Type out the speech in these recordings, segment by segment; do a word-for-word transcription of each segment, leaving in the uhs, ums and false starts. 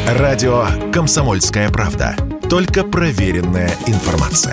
Радио «Комсомольская правда». Только проверенная информация.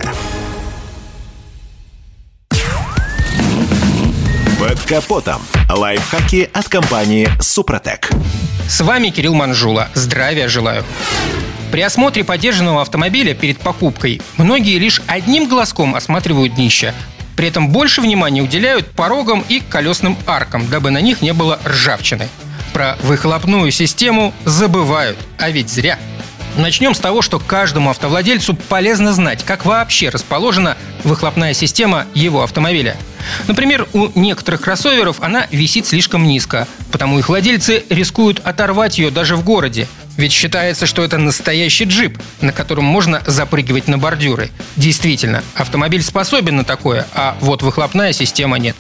Под капотом. Лайфхаки от компании «Супротек». С вами Кирилл Манжула. Здравия желаю. При осмотре подержанного автомобиля перед покупкой многие лишь одним глазком осматривают днище. При этом больше внимания уделяют порогам и колесным аркам, дабы на них не было ржавчины. Про выхлопную систему забывают, а ведь зря. Начнем с того, что каждому автовладельцу полезно знать, как вообще расположена выхлопная система его автомобиля. Например, у некоторых кроссоверов она висит слишком низко, потому их владельцы рискуют оторвать ее даже в городе. Ведь считается, что это настоящий джип, на котором можно запрыгивать на бордюры. Действительно, автомобиль способен на такое, а вот выхлопная система нет.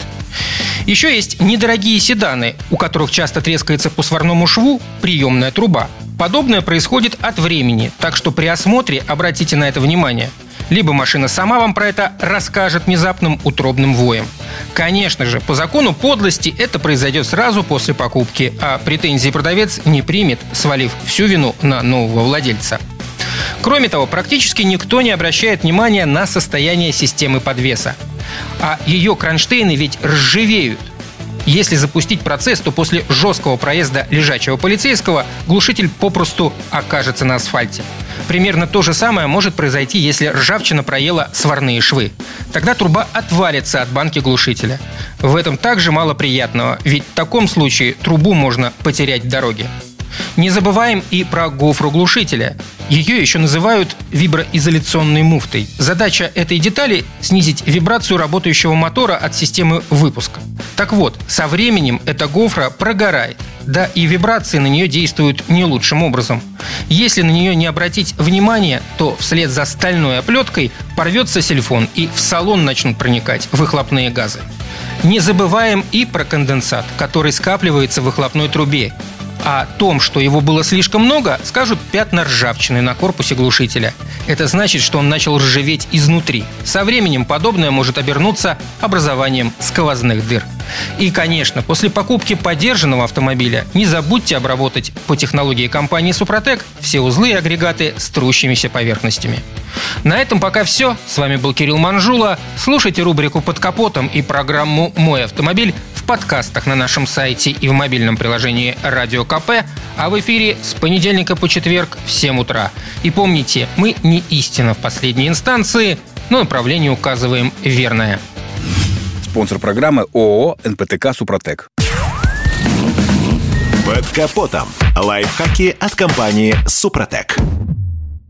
Еще есть недорогие седаны, у которых часто трескается по сварному шву приемная труба. Подобное происходит от времени, так что при осмотре обратите на это внимание. Либо машина сама вам про это расскажет внезапным утробным воем. Конечно же, по закону подлости это произойдет сразу после покупки, а претензии продавец не примет, свалив всю вину на нового владельца. Кроме того, практически никто не обращает внимания на состояние системы подвеса. А ее кронштейны ведь ржавеют. Если запустить процесс, то после жесткого проезда лежачего полицейского глушитель попросту окажется на асфальте. Примерно то же самое может произойти, если ржавчина проела сварные швы. Тогда труба отвалится от банки глушителя. В этом также мало приятного, ведь в таком случае трубу можно потерять в дороге. Не забываем и про гофру глушителя. Ее еще называют виброизоляционной муфтой. Задача этой детали – снизить вибрацию работающего мотора от системы выпуска. Так вот, со временем эта гофра прогорает. Да и вибрации на нее действуют не лучшим образом. Если на нее не обратить внимания, то вслед за стальной оплеткой порвется сильфон, и в салон начнут проникать выхлопные газы. Не забываем и про конденсат, который скапливается в выхлопной трубе. О том, что его было слишком много, скажут пятна ржавчины на корпусе глушителя. Это значит, что он начал ржаветь изнутри. Со временем подобное может обернуться образованием сквозных дыр. И, конечно, после покупки подержанного автомобиля не забудьте обработать по технологии компании «Супротек» все узлы и агрегаты с трущимися поверхностями. На этом пока все. С вами был Кирилл Манжула. Слушайте рубрику «Под капотом» и программу «Мой автомобиль» в подкастах на нашем сайте и в мобильном приложении «Радио КП», а в эфире с понедельника по четверг в семь утра. И помните, мы не истина в последней инстанции, но направление указываем верное. Спонсор программы ООО «эн пэ тэ ка Супротек». Под капотом. Лайфхаки от компании «Супротек».